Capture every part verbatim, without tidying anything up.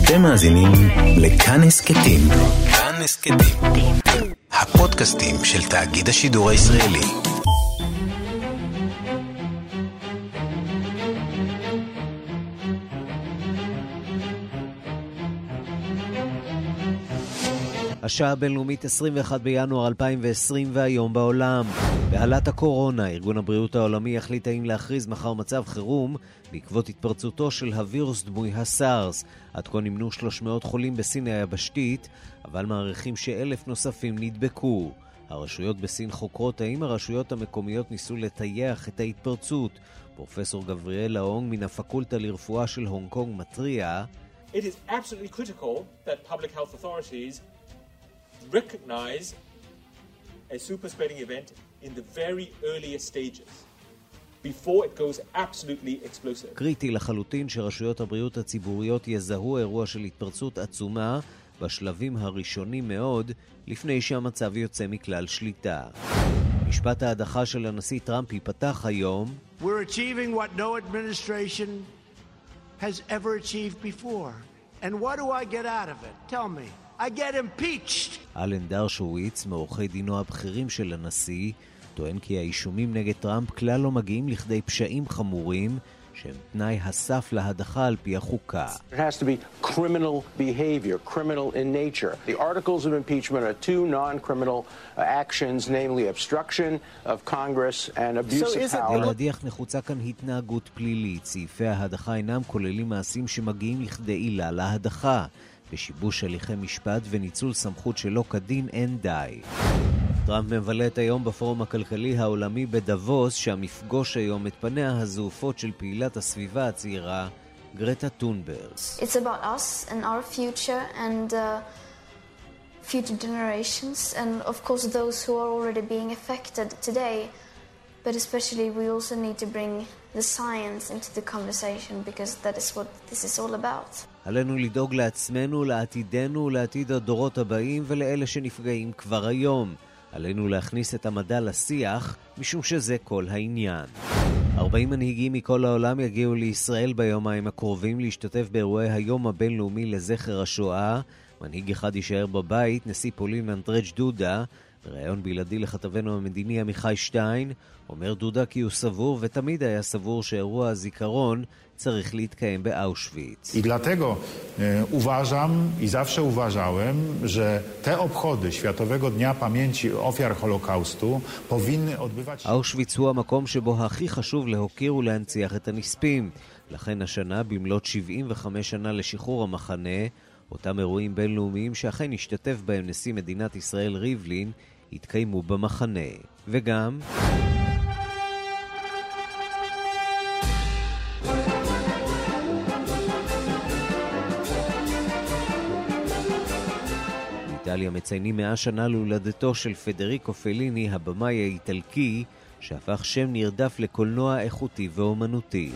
אתם מאזינים לכאן הסכתים. כאן הסכתים. הפודקאסטים של תאגיד השידור הישראלי. השעה הבינלאומית עשרים ואחד בינואר אלפיים ועשרים והיום בעולם. בהלת הקורונה, ארגון הבריאות העולמי החליט האם להכריז מחר מצב חירום בעקבות התפרצותו של הווירוס דמוי הסארס. עד כה נמנו שלוש מאות חולים בסין היבשתית, אבל מעריכים שאלף נוספים נדבקו. הרשויות בסין חוקרות האם הרשויות המקומיות ניסו לטייח את ההתפרצות. פרופסור גבריאל לאונג מן הפקולטה לרפואה של הונג קונג מתריע, It is absolutely critical that public health authorities recognize a super spreading event in the very earliest stages before it goes absolutely explosive. קריטי לחלוטין שרשויות הבריאות הציבוריות יזהו אירוע של התפרצות עצומה בשלבים הראשונים מאוד לפני שהמצב יוצא מכלל שליטה. משפט ההדחה של הנשיא טראמפ ייפתח היום. We're achieving what no administration has ever achieved before. And what do I get out of it? Tell me. I get impeached. אלן דרשוויץ, מעורכי דינו הבכירים של הנשיא, טוען כי האישומים נגד טראמפ כלל לא מגיעים לכדי פשעים חמורים, שהם תנאי הסף להדחה על פי החוקה. It has to be criminal behavior, criminal in nature. The articles of impeachment are two non-criminal actions, namely obstruction of Congress and abuse of power. להדיח נחוצה כאן התנהגות פלילית. סעיפי ההדחה אינם כוללים מעשים שמגיעים לכדי עילה להדחה. בשיבוש הליכי משפט וניצול סמכות שלא כדין אין די. טראמפ מבלה את היום בפורום הכלכלי העולמי בדבוס, שהמפגוש היום את פניה הזעופות של פעילת הסביבה הצעירה, גרטה טונברג. It's about us and our future and uh, future generations and of course those who are already being affected today. But especially we also need to bring the science into the conversation because that is what this is all about. עלינו לדאוג לעצמנו, לעתידנו, לעתיד הדורות הבאים ולאלה שנפגעים כבר היום. עלינו להכניס את המדע לשיח, משום שזה כל העניין. ארבעים מנהיגים מכל העולם יגיעו לישראל ביומיים הקרובים להשתתף באירועי היום הבינלאומי לזכר השואה. מנהיג אחד יישאר בבית, נשיא פולין אנדרג' דודה. בראיון בלעדי לכתבנו המדיני עמיחי שטיין, אומר דודה כי הוא סבור ותמיד היה סבור שאירוע הזיכרון צריך להתקיים באושוויץ. I dlatego e, uważam i zawsze uważałem, że te obchody Światowego Dnia Pamięci Ofiar Holokaustu powinny odbywać się... אושוויץ הוא המקום שבו הכי חשוב להוקיר ולהנציח את הנספים. לכן השנה, במלאת שבעים וחמש שנה לשחרור המחנה, אותם אירועים בינלאומיים שאכן השתתף בהם נשיא מדינת ישראל ריבלין, התקיימו במחנה. וגם... באיטליה מציינים מאה שנה להולדתו של פדריקו פליני, הבמאי האיטלקי, שהפך שם נרדף לקולנוע איכותי ואומנותי.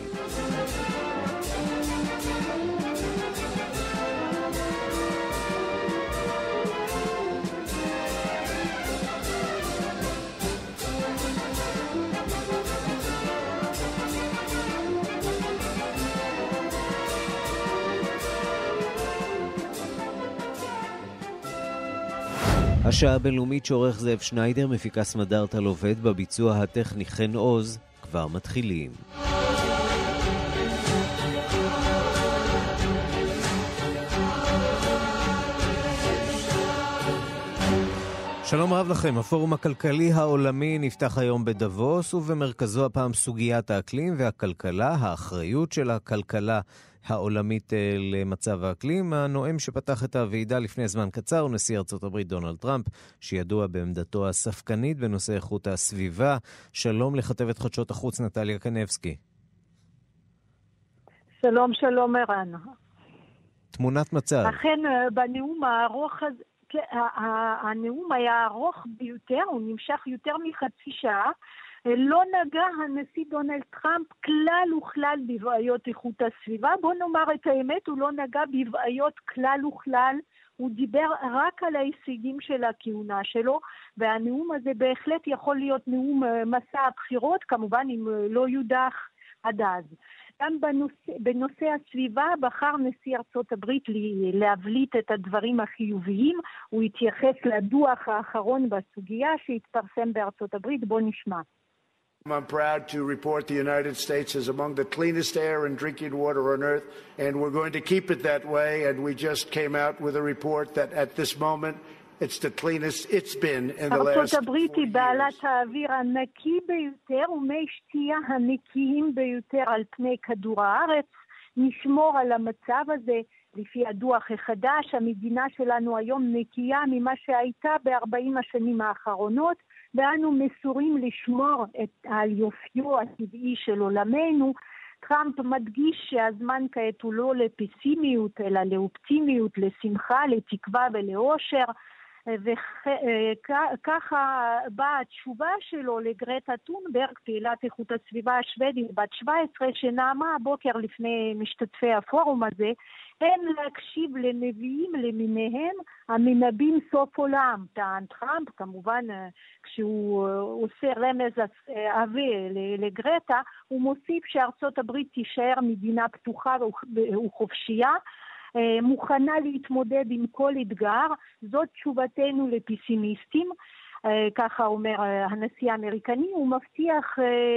השעה הבינלאומית שעורך זאב שניידר, מפיקה סמדארטה לובד, בביצוע הטכני חן עוז, כבר מתחילים. שלום רב לכם, הפורום הכלכלי העולמי נפתח היום בדבוס, ובמרכזו הפעם סוגיית האקלים והכלכלה, האחריות של הכלכלה העולמית למצב האקלים. הנואם שפתח את הוועידה לפני זמן קצר הוא נשיא ארצות הברית דונלד טראמפ, שידוע בעמדתו הספקנית בנושא איכות הסביבה. שלום לכתבת חדשות החוץ נטליה קנבסקי. שלום שלום ערן. תמונת מצב. אכן בנאום הארוך הזה, הנאום היה ארוך ביותר, הוא נמשך יותר מחצי שעה. לא נגע הנשיא דונלד טראמפ כלל וכלל בבעיות איכות הסביבה. בוא נאמר את האמת, הוא לא נגע בבעיות כלל וכלל, הוא דיבר רק על ההישגים של הכהונה שלו, והנאום הזה בהחלט יכול להיות נאום מסע הבחירות, כמובן אם לא יודח עד אז. גם בנושא, בנושא הסביבה בחר נשיא ארצות הברית להבליט את הדברים החיוביים. הוא התייחס לדוח האחרון בסוגיה שהתפרסם בארצות הברית. בוא נשמע. I'm proud to report the United States is among the cleanest air and drinking water on earth, and we're going to keep it that way. And we just came out with a report that at this moment it's the cleanest it's been in the last ארצות הברית היא בעלת האוויר הנקי ביותר ומי שתייה הנקיים ביותר על פני כדור הארץ. נשמור על המצב הזה. לפי הדוח החדש, המדינה שלנו היום נקייה ממה שהייתה ב-ארבעים השנים האחרונות, ואנו מסורים לשמור את, על יופיו הטבעי של עולמנו. טראמפ מדגיש שהזמן כעת הוא לא לפסימיות, אלא לאופטימיות, לשמחה, לתקווה ולאושר, וככה באה התשובה שלו לגרטה טונברג, פעילת איכות הסביבה השוודית בת שבע עשרה, שנעמה הבוקר לפני משתתפי הפורום הזה, אין להקשיב לנביאים למיניהם המנבאים סוף עולם. טען טראמפ, כמובן כשהוא עושה רמז עבה לגרטה, הוא מוסיף שארצות הברית תישאר מדינה פתוחה וחופשייה, מוכנה להתמודד עם כל אתגר. זאת תשובתנו לפסימיסטים, ככה אומר הנשיא האמריקני. הוא מבטיח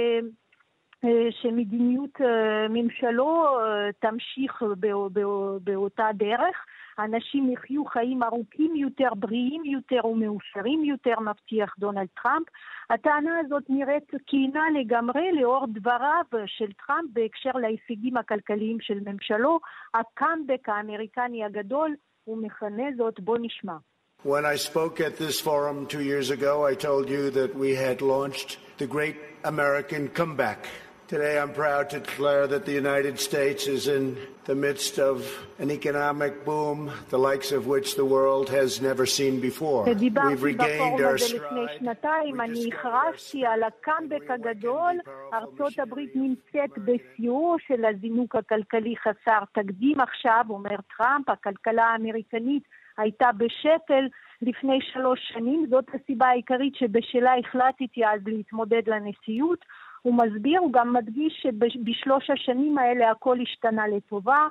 שמדיניות ממשלו תמשיך באותה דרך. אנשים יחיו חיים ארוכים יותר, בריאים יותר ומאושרים יותר, מבטיח דונלד טראמפ. הטענה הזאת נראית כינה לגמרי לאור דבריו של טראמפ בהקשר להישגים הכלכליים של ממשלו. הקאמבק האמריקני הגדול, הוא מכנה זאת. בוא נשמע. When I spoke at this forum two years ago, I told you that we had launched the great American comeback. Today I'm proud to declare that the United States is in the midst of an economic boom, the likes of which the world has never seen before. We've regained our stride. אני הכרזתי על הקאמבק הגדול. ארצות הברית נמצאת בשיאו של הזינוק הכלכלי חסר תקדים עכשיו, אומר טראמפ. הכלכלה האמריקנית הייתה בשפל לפני שלוש שנים. זאת הסיבה העיקרית שבשלה החלטתי אז להתמודד לנשיאות. הוא מסביר, הוא גם מדגיש שבשלוש השנים האלה הכל השתנה לטובה,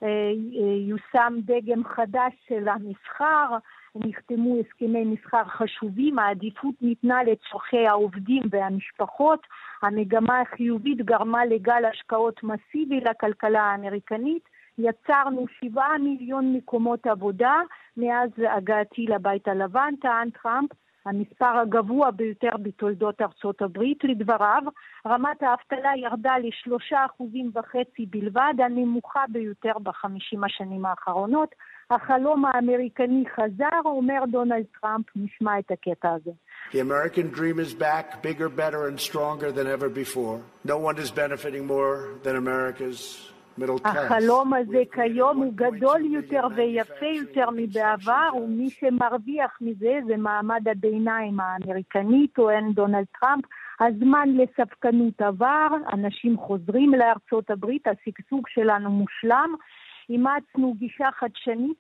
יושם דגם חדש של המסחר, נחתמו הסכמי מסחר חשובים, העדיפות ניתנה לצורכי העובדים והמשפחות, המגמה החיובית גרמה לגל השקעות מסיבי לכלכלה האמריקנית, יצרנו שבעה מיליון מקומות עבודה מאז הגעתי לבית הלבן, טען טראמפ, המספר הגבוה ביותר בתולדות ארצות הברית. לדבריו, רמת האבטלה ירדה לשלושה אחוזים וחצי בלבד, הנמוכה ביותר בחמישים השנים האחרונות. החלום האמריקני חזר, אומר דונלד טראמפ. נשמע את הקטע הזה. The American dream is back, bigger, better and stronger than ever before. No one is benefiting more than America's החלום הזה כיום הוא גדול יותר ויפה יותר מבעבר, ומי שמרוויח מזה זה מעמד הביניים האמריקני, טוען דונלד טראמפ. הזמן לספקנות עבר, אנשים חוזרים לארצות הברית, השגשוג שלנו מושלם. אימצנו גישה חדשנית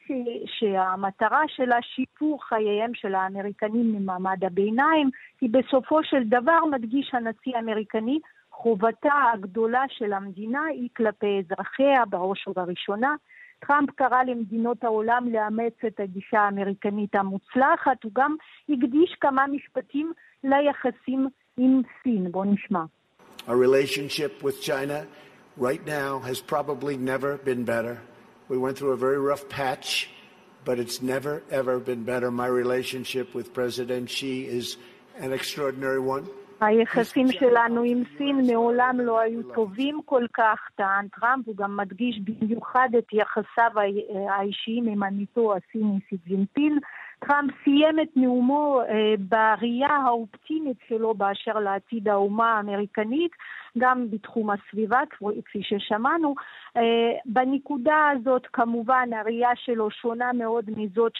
שהמטרה שלה שיפור חייהם של האמריקנים ממעמד הביניים, כי בסופו של דבר, מדגיש הנשיא האמריקני, חובתה הגדולה של המדינה היא כלפי אזרחיה בראש ובראשונה. טראמפ קרא למדינות העולם לאמץ את הגישה האמריקנית המוצלחת, הוא גם הקדיש כמה משפטים ליחסים עם סין. בוא נשמע. Our relationship with China right now has probably never been better. We went through a very rough patch, but it's never ever been better. My relationship with President Xi is an extraordinary one. היחסים שלנו עם סין מעולם לא היו טובים כל כך, טען טראמפ. הוא גם מדגיש במיוחד את יחסיו האישיים עם עמיתו הסיני סי ג'ינפינג. טראמפ סיים את נאומו אה, בראייה האופטימית שלו באשר לעתיד האומה האמריקנית, גם בתחום הסביבה, כפי ששמענו. אה, בנקודה הזאת כמובן הראייה שלו שונה מאוד מזאת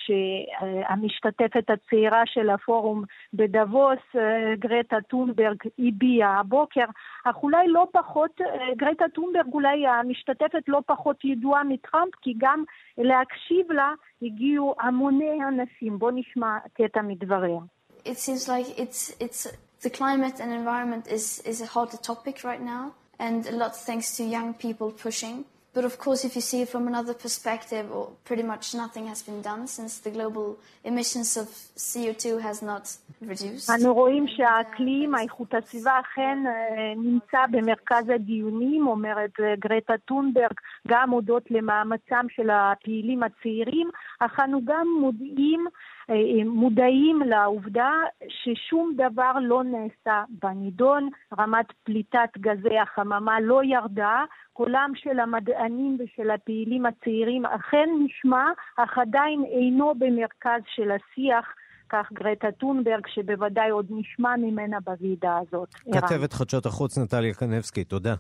שהמשתתפת הצעירה של הפורום בדבוס, אה, גרטה טונברג, הביעה הבוקר. אך אולי לא פחות, אה, גרטה טונברג אולי המשתתפת לא פחות ידועה מטראמפ, כי גם להקשיב לה הגיעו המוני אנשים. בוא נשמע קטע מדבריה. It seems like it's it's the climate and environment is is a hot topic right now, and a lot thanks to young people pushing. But of course, if you see it from another perspective, pretty much nothing has been done since the global emissions of C O two has not reduced. אנו רואים שהאקלים, איכות הסביבה, אכן נמצא במרכז הדיונים, אומרת גרטה טונברג, גם הודות למאמצם של הפעילים הצעירים, אך אנו גם מודעים, מודעים לעובדה ששום דבר לא נעשה בנידון, רמת פליטת גזי החממה לא ירדה, קולם של המדענים ושל הפעילים הצעירים אכן נשמע, אך עדיין אינו במרכז של השיח, כך גרטה טונברג, שבוודאי עוד נשמע ממנה בוועידה הזאת. כתבת חדשות החוץ נטליה קנבסקי, תודה.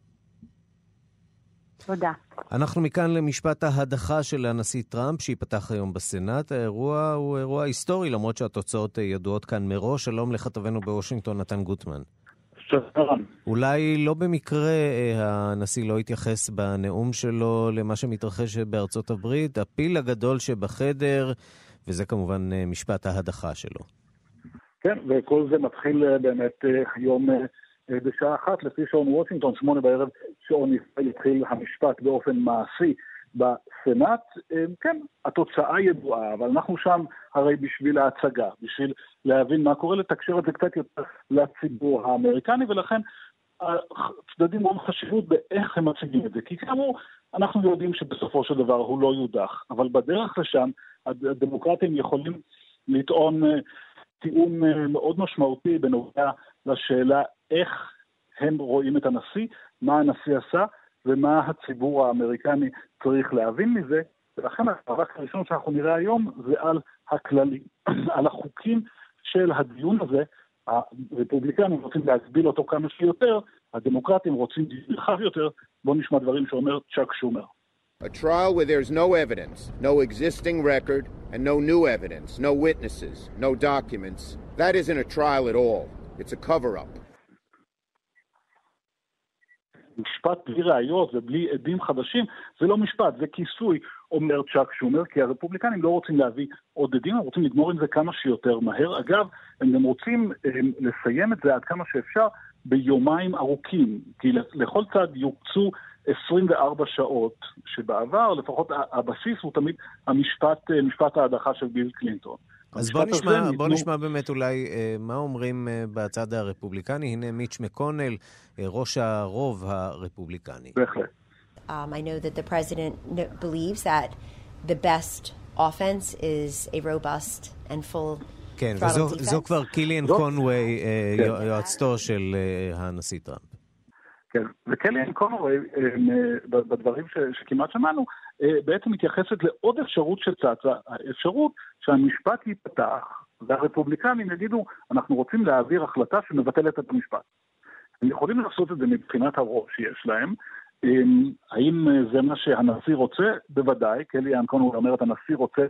תודה. אנחנו מכאן למשפט ההדחה של הנשיא טראמפ, שיפתח היום בסנאט. האירוע הוא אירוע היסטורי, למרות שהתוצאות ידועות כאן מראש. שלום לכתבנו בוושינגטון, נתן גוטמן. אולי לא במקרה הנשיא לא התייחס בנאום שלו למה שמתרחש בארצות הברית, הפיל הגדול שבחדר, וזה כמובן משפט ההדחה שלו. כן, וכל זה מתחיל באמת היום בשעה אחת, לפי שעון וושינגטון, שמונה בערב, שעון ישראל התחיל המשפט באופן מעשי בסנאט. כן, התוצאה ידועה, אבל אנחנו שם הרי בשביל ההצגה, בשביל להבין מה קורה, לתקשר את זה קצת יותר לציבור האמריקני, ולכן הצדדים רואים חשיבות באיך הם מציגים את זה, כי כאמור, אנחנו יודעים שבסופו של דבר הוא לא יודח, אבל בדרך לשם הדמוקרטים יכולים לטעון טיעון מאוד משמעותי בנוגע לשאלה איך הם רואים את הנשיא, מה הנשיא עשה, ומה הציבור האמריקני צריך להבין מזה, ולכן המאבק הראשון שאנחנו נראה היום זה על הכללים, על החוקים של הדיון הזה. הרפובליקנים רוצים להגביל אותו כמה שיותר, הדמוקרטים רוצים רחב יותר. בואו נשמע דברים שאומר צ'אק שומר. A trial where there's no evidence, no existing record, and no new evidence, no witnesses, no documents, that isn't a trial at all. It's a cover-up. משפט בלי ראיות ובלי עדים חדשים, זה לא משפט, זה כיסוי, אומר צ'אק שומר, כי הרפובליקנים לא רוצים להביא עוד עדים, הם רוצים לגמור עם זה כמה שיותר מהר. אגב, הם גם רוצים הם, לסיים את זה עד כמה שאפשר ביומיים ארוכים, כי לכל צד יוקצו עשרים וארבע שעות, שבעבר, לפחות הבסיס הוא תמיד המשפט, משפט ההדחה של ביל קלינטון. אז בוא נשמע, בוא ניתנו... נשמע באמת אולי אה, מה אומרים אה, בצד הרפובליקני. הנה מיץ' מקונל, אה, ראש הרוב הרפובליקני. בהחלט. Um, I know that the president believes that the best offense is a robust and full כן, וזו זו כבר קיליאן קונווי, אה, כן. יועצתו של אה, הנשיא טראמפ. כן, וקליאן קונווי, בדברים ש, שכמעט שמענו, בעצם מתייחסת לעוד אפשרות שצצה, האפשרות שהמשפט ייפתח, והרפובליקנים יגידו, אנחנו רוצים להעביר החלטה שמבטלת את המשפט. הם יכולים לעשות את זה מבחינת הרוב שיש להם. האם זה מה שהנשיא רוצה? בוודאי, קליאן קונווי אומרת, הנשיא רוצה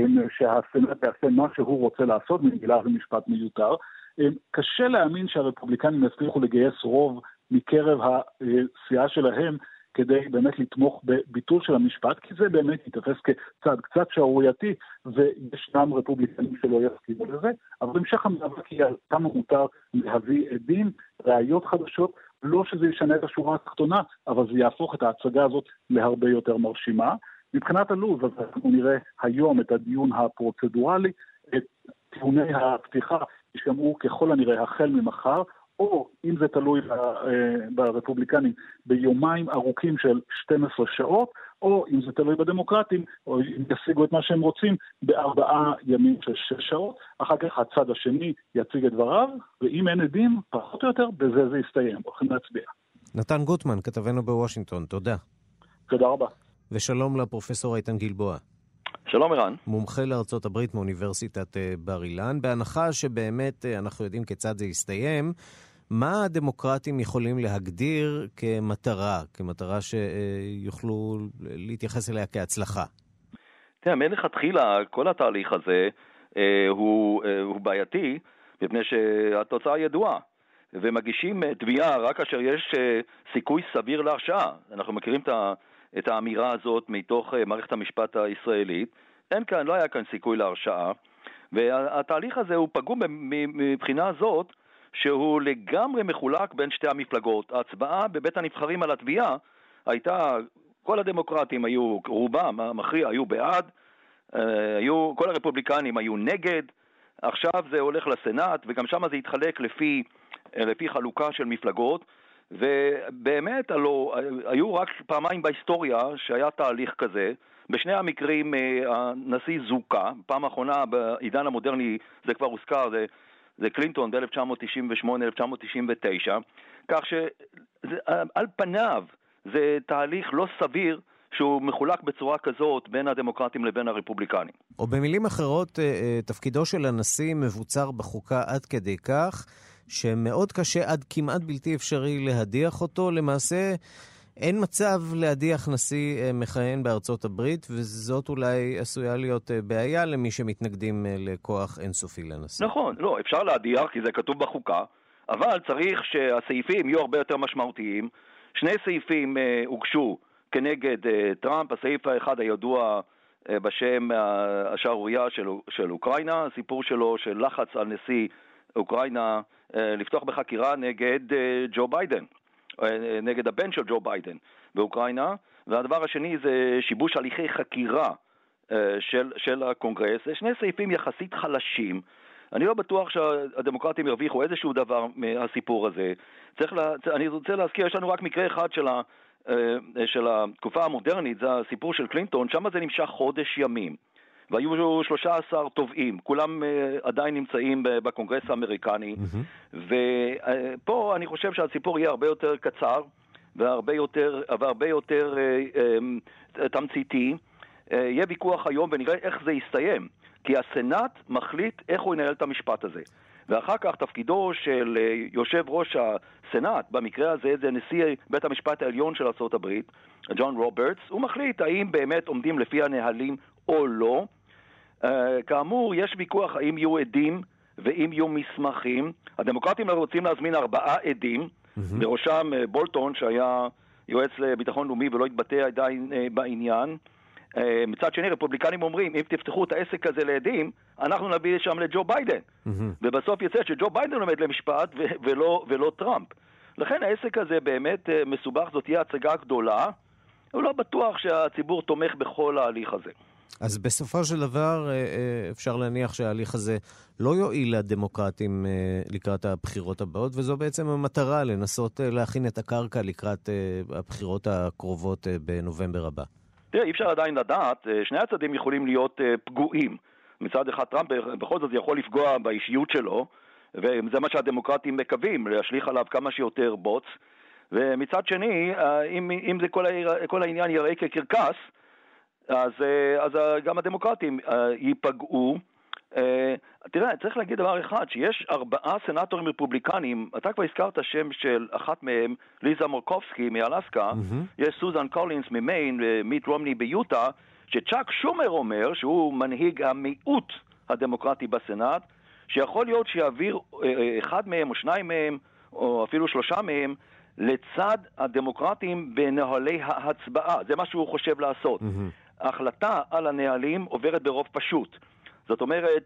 שהסנאט יעשה מה שהוא רוצה לעשות, מגילה זה משפט מיותר. קשה להאמין שהרפובליקנים יצליחו לגייס רוב מקרב הסיעה שלהם כדי באמת לתמוך בביטול של המשפט, כי זה באמת יתפס כצעד קצת שערורייתי, וישנם רפובליקנים שלא יסכימו לזה, אבל המשך המאבק יהיה כמה מותר להביא עדים, ראיות חדשות, לא שזה ישנה את השורה התחתונה, אבל זה יהפוך את ההצגה הזאת להרבה יותר מרשימה. מבחינת הלו"ז, אז אנחנו נראה היום את הדיון הפרוצדורלי, את טיעוני הפתיחה ישמעו ככל הנראה החל ממחר, או אם זה תלוי ברפובליקנים ביומיים ארוכים של שתים עשרה שעות, או אם זה תלוי בדמוקרטים, או אם ישיגו את מה שהם רוצים בארבעה ימים של שש שעות, אחר כך הצד השני יציג את דבריו, ואם אין עדים, פחות או יותר, בזה זה יסתיים. הולכים להצביע. נתן גוטמן, כתבנו בוושינגטון, תודה. תודה רבה. ושלום לפרופסור איתן גלבוע. שלום ערן. מומחה לארצות הברית מאוניברסיטת בר אילן. בהנחה שבאמת אנחנו יודעים כיצד זה יסתיים, מה הדמוקרטים יכולים להגדיר כמטרה, כמטרה שיוכלו להתייחס אליה כהצלחה? תראה, מלכתחילה כל התהליך הזה אה, הוא, אה, הוא בעייתי, מפני שהתוצאה ידועה, ומגישים תביעה רק כאשר יש אה, סיכוי סביר להרשעה. אנחנו מכירים את ה... את האמירה הזאת מתוך מערכת המשפט הישראלית. אין כאן, לא היה כאן סיכוי להרשעה, והתהליך הזה הוא פגום מבחינה הזאת, שהוא לגמרי מחולק בין שתי המפלגות. ההצבעה בבית הנבחרים על התביעה הייתה, כל הדמוקרטים היו, רובם המכריע היו בעד, היו, כל הרפובליקנים היו נגד, עכשיו זה הולך לסנאט, וגם שם זה התחלק לפי, לפי חלוקה של מפלגות, ובאמת הלא, היו רק פעמיים בהיסטוריה שהיה תהליך כזה. בשני המקרים הנשיא זוכה, פעם האחרונה בעידן המודרני, זה כבר הוזכר, זה, זה קלינטון ב-אלף תשע מאות תשעים ושמונה אלף תשע מאות תשעים ותשע, כך שעל פניו זה תהליך לא סביר שהוא מחולק בצורה כזאת בין הדמוקרטים לבין הרפובליקנים. או במילים אחרות, תפקידו של הנשיא מבוצר בחוקה עד כדי כך, שמאוד קשה עד כמעט בלתי אפשרי להדיח אותו. למעשה אין מצב להדיח נשיא מכהן בארצות הברית, וזאת אולי עשויה להיות בעיה למי שמתנגדים לכוח אינסופי לנשיא. נכון, לא, אפשר להדיח כי זה כתוב בחוקה, אבל צריך שהסעיפים יהיו הרבה יותר משמעותיים. שני סעיפים uh, הוגשו כנגד uh, טראמפ, הסעיף האחד הידוע uh, בשם uh, השערוריה של, של אוקראינה, הסיפור שלו של לחץ על נשיא אוקראינה uh, לפתוח בחקירה נגד uh, ג'ו ביידן, uh, נגד הבן של ג'ו ביידן באוקראינה, והדבר השני זה שיבוש הליכי חקירה uh, של, של הקונגרס. שני סעיפים יחסית חלשים, אני לא בטוח שהדמוקרטים ירוויחו איזשהו דבר מהסיפור הזה. צריך לה, אני רוצה להזכיר, יש לנו רק מקרה אחד של, ה, של התקופה המודרנית, זה הסיפור של קלינטון, שם זה נמשך חודש ימים, והיו שלושה עשר תובעים, כולם עדיין נמצאים בקונגרס האמריקני, mm-hmm. ופה אני חושב שהסיפור יהיה הרבה יותר קצר, והרבה יותר, והרבה יותר תמציתי. יהיה ויכוח היום ונראה איך זה יסתיים. כי הסנאט מחליט איך הוא ינהל את המשפט הזה. ואחר כך תפקידו של יושב ראש הסנאט, במקרה הזה זה נשיא בית המשפט העליון של ארצות הברית, ג'ון רוברטס, הוא מחליט האם באמת עומדים לפי הנהלים או לא. Uh, כאמור, יש ויכוח האם יהיו עדים ואם יהיו מסמכים. הדמוקרטים רוצים להזמין ארבעה עדים, mm-hmm. בראשם uh, בולטון שהיה יועץ לביטחון לאומי ולא התבטא עדיין uh, בעניין. מצד שני, רפובליקנים אומרים, אם תפתחו את העסק הזה לעדים, אנחנו נביא שם לג'ו ביידן. Mm-hmm. ובסוף יצא שג'ו ביידן עומד למשפט ו- ולא, ולא טראמפ. לכן העסק הזה באמת מסובך, זאת תהיה הצגה גדולה, הוא לא בטוח שהציבור תומך בכל ההליך הזה. אז בסופו של דבר אפשר להניח שההליך הזה לא יועיל לדמוקרטים לקראת הבחירות הבאות, וזו בעצם המטרה לנסות להכין את הקרקע לקראת הבחירות הקרובות בנובמבר הבא. תראה, אי אפשר עדיין לדעת, שני הצדדים יכולים להיות פגועים. מצד אחד טראמפ בכל זאת יכול לפגוע באישיות שלו, וזה מה שהדמוקרטים מקווים, להשליך עליו כמה שיותר בוץ, ומצד שני, אם, אם זה כל, כל העניין יראה כקרקס, אז, אז גם הדמוקרטים ייפגעו. תראה, צריך להגיד דבר אחד, שיש ארבעה סנטורים רפובליקנים, אתה כבר הזכרת שם של אחת מהם, ליזה מורקובסקי מאלסקה, mm-hmm. יש סוזן קולינס ממיין ומיט רומני ביוטה, שצ'אק שומר אומר שהוא מנהיג המיעוט הדמוקרטי בסנאט, שיכול להיות שיעביר אחד מהם או שניים מהם, או אפילו שלושה מהם, לצד הדמוקרטים בנהלי ההצבעה. זה מה שהוא חושב לעשות. Mm-hmm. ההחלטה על הנהלים עוברת ברוב פשוט. זאת אומרת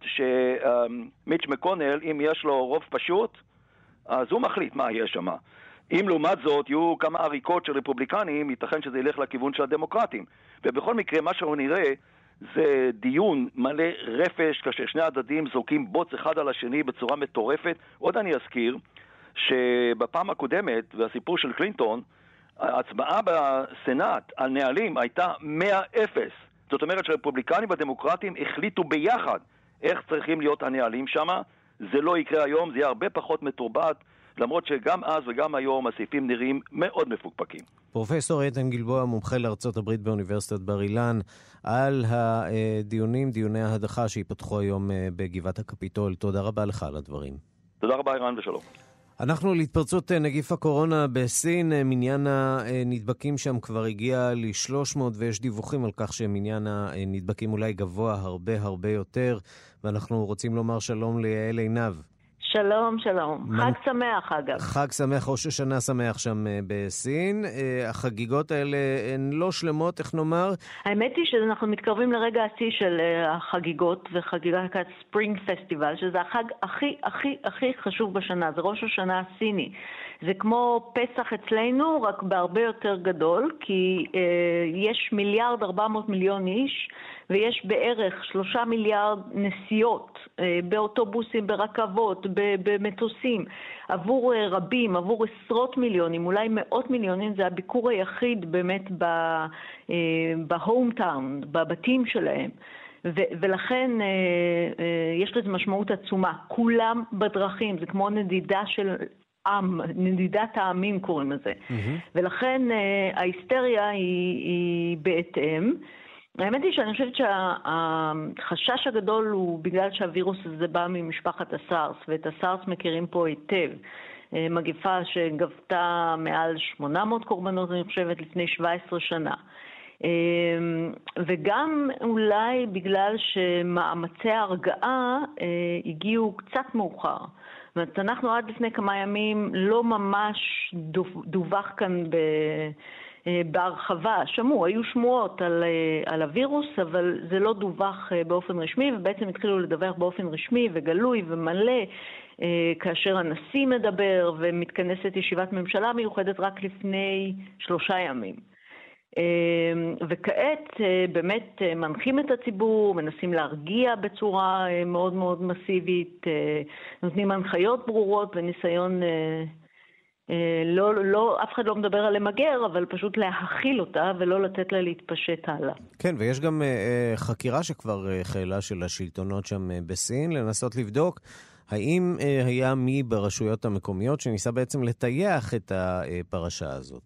שמיץ' מקונל, אם יש לו רוב פשוט, אז הוא מחליט מה יש שם. אם לעומת זאת יהיו כמה עריקות של רפובליקנים, ייתכן שזה ילך לכיוון של הדמוקרטים. ובכל מקרה, מה שהוא נראה, זה דיון מלא רפש, כאשר שני הצדדים זורקים בוץ אחד על השני בצורה מטורפת. עוד אני אזכיר שבפעם הקודמת, והסיפור של קלינטון, ההצבעה בסנאט על נהלים הייתה מאה אפס. זאת אומרת שהרפובליקנים והדמוקרטים החליטו ביחד איך צריכים להיות הנהלים שם. זה לא יקרה היום, זה יהיה הרבה פחות מטורבט, למרות שגם אז וגם היום הסעיפים נראים מאוד מפוקפקים. פרופסור איתן גלבוע, מומחה לארצות הברית באוניברסיטת בר אילן, על הדיונים, דיוני ההדחה שיפתחו היום בגבעת הקפיטול. תודה רבה לך על הדברים. תודה רבה אירן ושלום. אנחנו להתפרצות נגיף הקורונה בסין, מניין הנדבקים שם כבר הגיע ל-שלוש מאות ויש דיווחים על כך שמניין הנדבקים אולי גבוה הרבה הרבה יותר, ואנחנו רוצים לומר שלום ליעל עינב. שלום, שלום. חג שמח, אגב. חג שמח, ראש השנה שמח שם בסין. החגיגות האלה הן לא שלמות, איך נאמר? האמת היא שאנחנו מתקרבים לרגע השיא של החגיגות, וחגיגת ספרינג פסטיבל, שזה החג הכי, הכי, הכי חשוב בשנה. זה ראש השנה הסיני. זה כמו פסח אצלנו, רק בהרבה יותר גדול, כי אה, יש מיליארד ארבע מאות מיליון איש, ויש בערך שלושה מיליארד נסיעות אה, באוטובוסים, ברכבות, במטוסים, עבור אה, רבים, עבור עשרות מיליונים, אולי מאות מיליונים. זה הביקור היחיד באמת בהום טאון, בבתים שלהם. ו- ולכן אה, אה, יש לזה משמעות עצומה. כולם בדרכים, זה כמו נדידה של עם, נדידת העמים קוראים לזה. Mm-hmm. ולכן uh, ההיסטריה היא, היא בהתאם. האמת היא שאני חושבת שהחשש הגדול הוא בגלל שהווירוס הזה בא ממשפחת הסארס, ואת הסארס מכירים פה היטב. Uh, מגפה שגבתה מעל שמונה מאות קורבנות, אני חושבת, לפני שבע עשרה שנה. Uh, וגם אולי בגלל שמאמצי ההרגעה uh, הגיעו קצת מאוחר. זאת אומרת, אנחנו עד לפני כמה ימים לא ממש דווח כאן ב, בהרחבה. שמעו, היו שמועות על, על הווירוס, אבל זה לא דווח באופן רשמי, ובעצם התחילו לדווח באופן רשמי וגלוי ומלא, כאשר הנשיא מדבר ומתכנסת ישיבת ממשלה מיוחדת רק לפני שלושה ימים. וכעת באמת מנחים את הציבור, מנסים להרגיע בצורה מאוד מאוד מסיבית, נותנים הנחיות ברורות וניסיון, לא, לא, אף אחד לא מדבר על למגר, אבל פשוט להכיל אותה ולא לתת לה להתפשט הלאה. כן, ויש גם חקירה שכבר החלה של השלטונות שם בסין, לנסות לבדוק האם היה מי ברשויות המקומיות שניסה בעצם לטייח את הפרשה הזאת.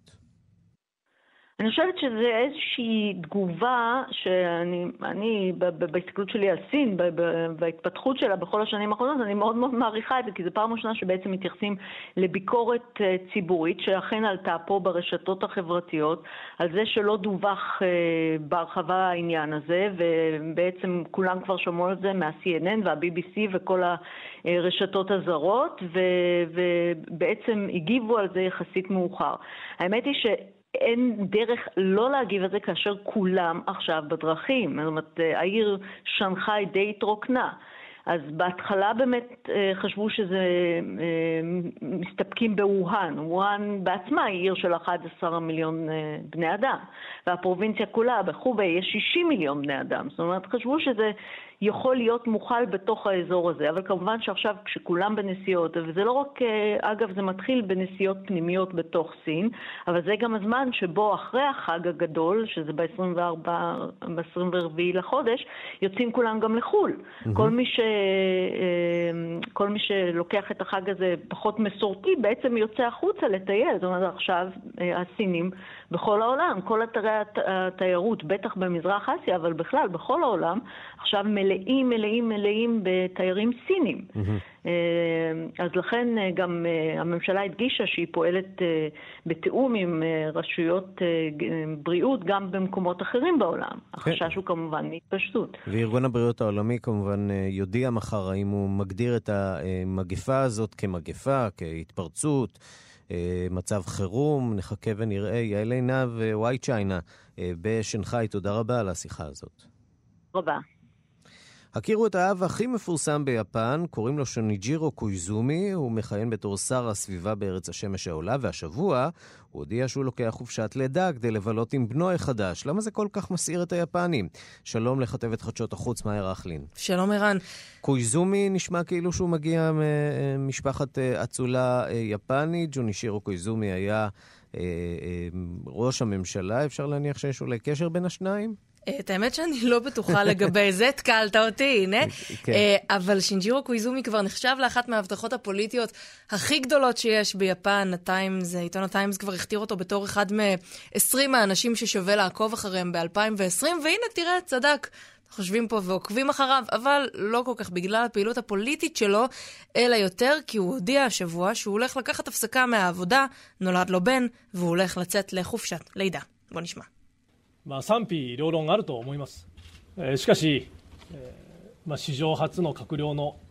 אני חושבת שזה איזושהי תגובה שאני, אני, בהסתכלות שלי על סין, בהתפתחות שלה בכל השנים האחרונות, אני מאוד מאוד מעריכה את זה, כי זו פעם ראשונה שבעצם מתייחסים לביקורת ציבורית, שאכן עלתה פה ברשתות החברתיות, על זה שלא דווח בהרחבה העניין הזה, ובעצם כולם כבר שמעו על זה מה-סי אן אן וה-בי בי סי וכל הרשתות הזרות, ובעצם הגיבו על זה יחסית מאוחר. האמת היא ש... אין דרך לא להגיב על זה כאשר כולם עכשיו בדרכים. זאת אומרת, העיר שנגחאי די התרוקנה. אז בהתחלה באמת חשבו שזה מסתפקים בווהאן. ווהאן בעצמה היא עיר של אחד עשר מיליון בני אדם. והפרובינציה כולה, בחובי, יש שישים מיליון בני אדם. זאת אומרת, חשבו שזה יכול להיות מוכל בתוך האזור הזה. אבל כמובן שעכשיו כשכולם בנסיעות, וזה לא רק, אגב, זה מתחיל בנסיעות פנימיות בתוך סין, אבל זה גם הזמן שבו אחרי החג הגדול, שזה ב-עשרים וארבעה לחודש, יוצאים כולם גם לחול. Mm-hmm. כל מי ש... כל מי שלוקח את החג הזה פחות מסורתי, בעצם יוצא החוצה לטייל. זאת אומרת, עכשיו הסינים בכל העולם, כל אתרי התיירות, בטח במזרח אסיה, אבל בכלל בכל העולם, עכשיו מלאים, מלאים, מלאים בתיירים סינים. Mm-hmm. אז לכן גם הממשלה הדגישה שהיא פועלת בתיאום עם רשויות בריאות גם במקומות אחרים בעולם. החשש הוא כמובן מהתפשטות. וארגון הבריאות העולמי כמובן יודיע מחר האם הוא מגדיר את המגפה הזאת כמגפה, כהתפרצות, מצב חירום. נחכה ונראה. יעל עינב ווואי צ'יינה בשנגחאי, תודה רבה על השיחה הזאת. רבה. הכירו את האב הכי מפורסם ביפן, קוראים לו שוניג'ירו קויזומי, הוא מכהן בתור שר הסביבה בארץ השמש העולה, והשבוע הוא הודיע שהוא לוקח חופשת לידה כדי לבלות עם בנו החדש. למה זה כל כך מסעיר את היפנים? שלום לכתבת חדשות החוץ מאיר אחלין. שלום ערן. קויזומי נשמע כאילו שהוא מגיע ממשפחת אצולה יפנית. שוניג'ירו קויזומי היה ראש הממשלה, אפשר להניח שיש אולי קשר בין השניים? את האמת שאני לא בטוחה לגבי זה, תקלת אותי, הנה. אבל שינג'ירו קויזומי כבר נחשב לאחת מההבטחות הפוליטיות הכי גדולות שיש ביפן. הטיימס, עיתון הטיימס כבר הכתיר אותו בתור אחד מ-עשרים האנשים ששווה לעקוב אחריהם ב-אלפיים ועשרים, והנה תראה, צדק. חושבים פה ועוקבים אחריו, אבל לא כל כך בגלל הפעילות הפוליטית שלו, אלא יותר כי הוא הודיע השבוע שהוא הולך לקחת הפסקה מהעבודה, נולד לו בן, והוא הולך לצאת לחופשת לידה. בוא נשמע. まあ賛否両論あると思います。えー、しかし、えーまあ、史上初の閣僚の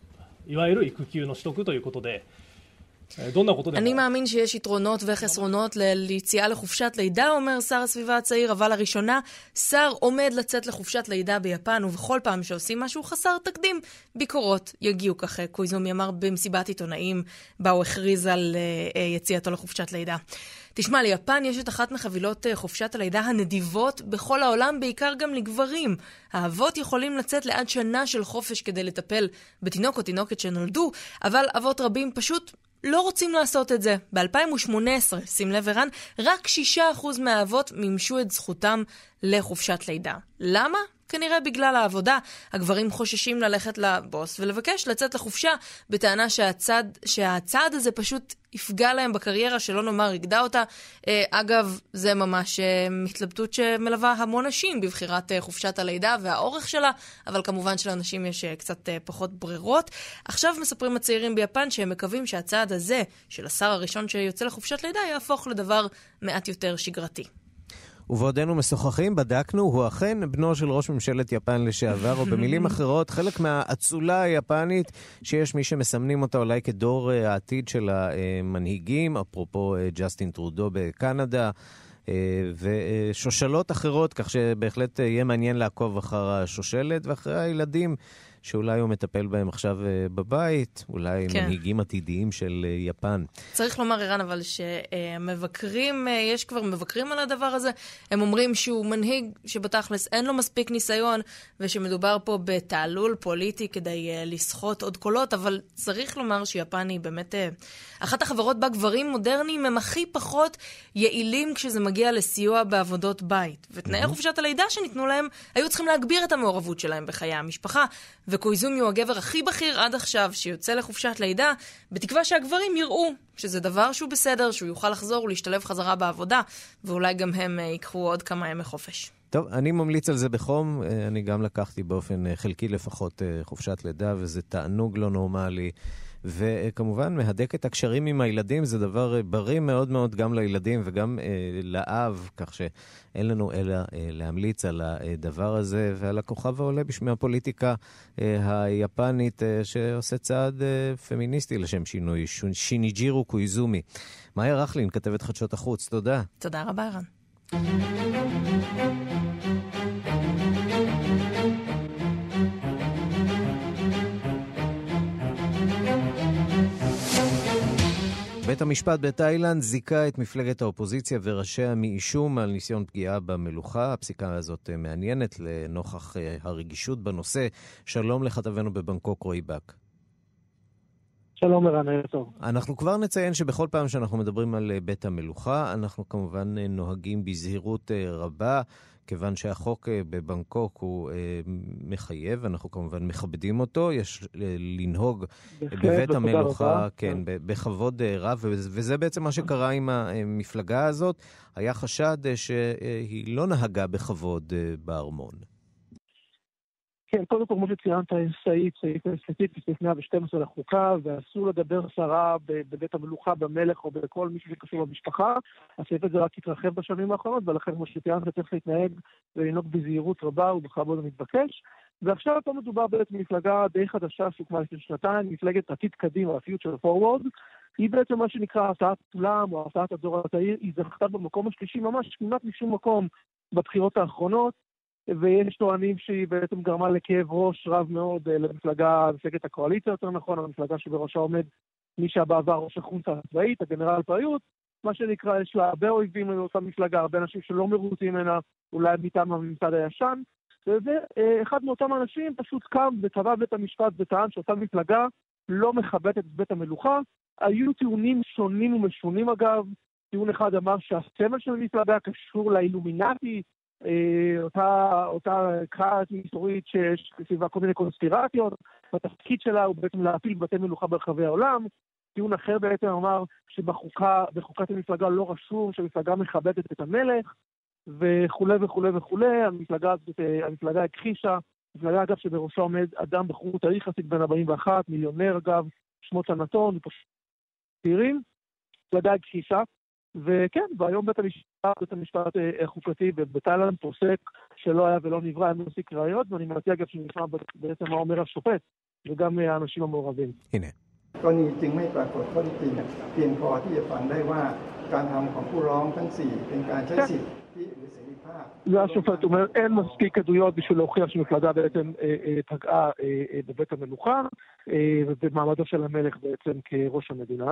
いわゆる育休の取得ということで、どんなことでも... אני מאמין שיש יתרונות וחסרונות ליציאה לחופשת לידה, אומר שר הסביבה הצעיר, אבל לראשונה שר עומד לצאת לחופשת לידה ביפן, ובכל פעם שעושים משהו חסר תקדים, ביקורות יגיעו ככה. קויזומי אמר במסיבת עיתונאים, בה הוא הכריז על יציאתו לחופשת לידה. תשמע, ליפן יש את אחת מחבילות חופשת הלידה הנדיבות בכל העולם, בעיקר גם לגברים. האבות יכולים לצאת לעד שנה של חופש כדי לטפל בתינוק או תינוקת שנולדו, אבל אבות רבים פשוט לא רוצים לעשות את זה. ב-אלפיים ושמונה עשרה, שים לב ערן, רק שישה אחוז מהאבות מימשו את זכותם לחופשת לידה. למה? כנראה בגלל העבודה. הגברים חוששים ללכת לבוס ולבקש לצאת לחופשה, בטענה שהצד, שהצעד הזה פשוט יפגע להם בקריירה, שלא נאמר יגדע אותה. אגב, זה ממש התלבטות שמלווה המון נשים בבחירת חופשת הלידה והאורך שלה, אבל כמובן שלאנשים יש קצת פחות ברירות. עכשיו מספרים הצעירים ביפן שהם מקווים שהצעד הזה של השר הראשון שיוצא לחופשת לידה יהפוך לדבר מעט יותר שגרתי. ובעודנו משוחחים, בדקנו, הוא אכן בנו של ראש ממשלת יפן לשעבר, או במילים אחרות, חלק מהאצולה היפנית, שיש מי שמסמנים אותה אולי כדור העתיד של המנהיגים, אפרופו ג'סטין טרודו בקנדה, ושושלות אחרות, כך שבהחלט יהיה מעניין לעקוב אחר השושלת ואחרי הילדים, שאולי הוא מטפל בהם עכשיו בבית, אולי כן. מנהיגים עתידיים של יפן. צריך לומר, ערן, אבל שמבקרים, יש כבר מבקרים על הדבר הזה, הם אומרים שהוא מנהיג שבתכלס אין לו מספיק ניסיון, ושמדובר פה בתעלול פוליטי כדי לסחוט עוד קולות, אבל צריך לומר שיפן היא באמת אחת החברות בה גברים מודרניים הם הכי פחות יעילים כשזה מגיע לסיוע בעבודות בית. ותנאי חופשת הלידה שניתנו להם היו צריכים להגביר את המעורבות שלהם בחיי המשפחה, וקויזומי הוא הגבר הכי בכיר עד עכשיו שיוצא לחופשת לידה, בתקווה שהגברים יראו שזה דבר שהוא בסדר, שהוא יוכל לחזור ולהשתלב חזרה בעבודה, ואולי גם הם ייקחו עוד כמה ימי חופש. טוב, אני ממליץ על זה בחום, אני גם לקחתי באופן חלקי לפחות חופשת לידה, וזה תענוג לא נורמלי, וכמובן מהדק את הקשרים עם הילדים, זה דבר בריא מאוד מאוד גם לילדים וגם אה, לאב, כך שאין לנו אלא אה, להמליץ על הדבר הזה ועל הכוכב העולה בשמי הפוליטיקה אה, היפנית אה, שעושה צעד אה, פמיניסטי לשם שינוי, שיניג'ירו קויזומי. מאיה רכלין, כתבת חדשות החוץ, תודה. תודה רבה, ערן. בית המשפט בתאילנד זיקה את מפלגת האופוזיציה וראשיה מאישום על ניסיון פגיעה במלוכה. הפסיקה הזאת מעניינת לנוכח הרגישות בנושא. שלום לכתבנו בבנקוק רועי בק. שלום ערן, ערב טוב. אנחנו כבר נציין שבכל פעם שאנחנו מדברים על בית המלוכה, אנחנו כמובן נוהגים בזהירות רבה, כיוון שהחוק בבנקוק הוא מחייב, אנחנו כמובן מכבדים אותו, יש לנהוג בבית המלוכה, כן, בכבוד רב, וזה בעצם מה שקרה עם המפלגה הזאת. היה חשד שהיא לא נהגה בכבוד בארמון. כן, קודם כל, כמו שציינת, סעיף, סעיף ספציפי, סעיף מאה ושתים עשרה לחוקה, ואסור לדבר סרה בבית המלוכה, במלך או בכל מישהו שקשור במשפחה. הסעיף הזה רק התרחב בשנים האחרונות, ולכן כמו שציינת, צריך להתנהג ולנהוג בזהירות רבה ובכבוד המתבקש. ועכשיו פה מדובר בעצם מפלגה די חדשה, שהוקמה לפני שנתיים, מפלגת עתיד קדימה, Future Forward. היא בעצם מה שנקרא הרתעת כולם, או הרתעת הדור הצעיר, היא זכתה במקום השלישי, ממש כמעט משום מקום בבחירות האחרונות. ויש טוענים שהיא בעצם גרמה לכאב ראש רב מאוד למפלגה, מפלגת הקואליציה יותר נכון, המפלגה שבראשה עומד מי שבעבר ראש החונטה הצבאית, הגנרל פריוט, מה שנקרא, יש לה הרבה אויבים לאותה מפלגה, הרבה אנשים שלא מרוצים ממנה, אולי מטעם הממסד הישן, וזה אחד מאותם אנשים פשוט קם ותבע בית המשפט וטען שאותה מפלגה לא מכבדת את בית המלוכה. היו טיעונים שונים ומשונים אגב, טיעון אחד אמר שהסמל של המפלגה קשור לאילומינטי, אותה, אותה קראת מסתורית שיש סביבה כל מיני קונספירציות, והתפקיד שלה הוא בעצם להפיל בתי מלוכה ברחבי העולם. טיעון אחר בעצם אמר שבחוקה, בחוקת המפלגה לא רשום שהמפלגה מכבדת את המלך, וכולי וכולי וכולי. המפלגה, המפלגה הכחישה, מפלגה אגב שבראשה עומד אדם בחור תאריך יחסית בן ארבעים ואחת, מיליונר אגב, שמו צ'נטון, ופשוט צעירים, מפלגה הכחישה. וכן, והיום בית המשפט, בית המשפט חוקתי בתאילנד פוסק שלא היה ולא נברא, אין מסיק ראיות, ואני מציע אגב שנשמע בעצם מה אומר השופט וגם האנשים המעורבים. הנה. กรณีจึงไม่ปรากฏข้อเท็จจริงเพียงพอที่จะฟังได้ว่าการทำของผู้ร้องทั้งสี่เป็นการใช้สิทธิ์ที่หรือเสรีภาพ והשופט אומר, אין מספיק עדויות בשביל להוכיח שמפלגה בעצם פגעה בבית המלוכה ובמעמדו של המלך בעצם כראש המדינה.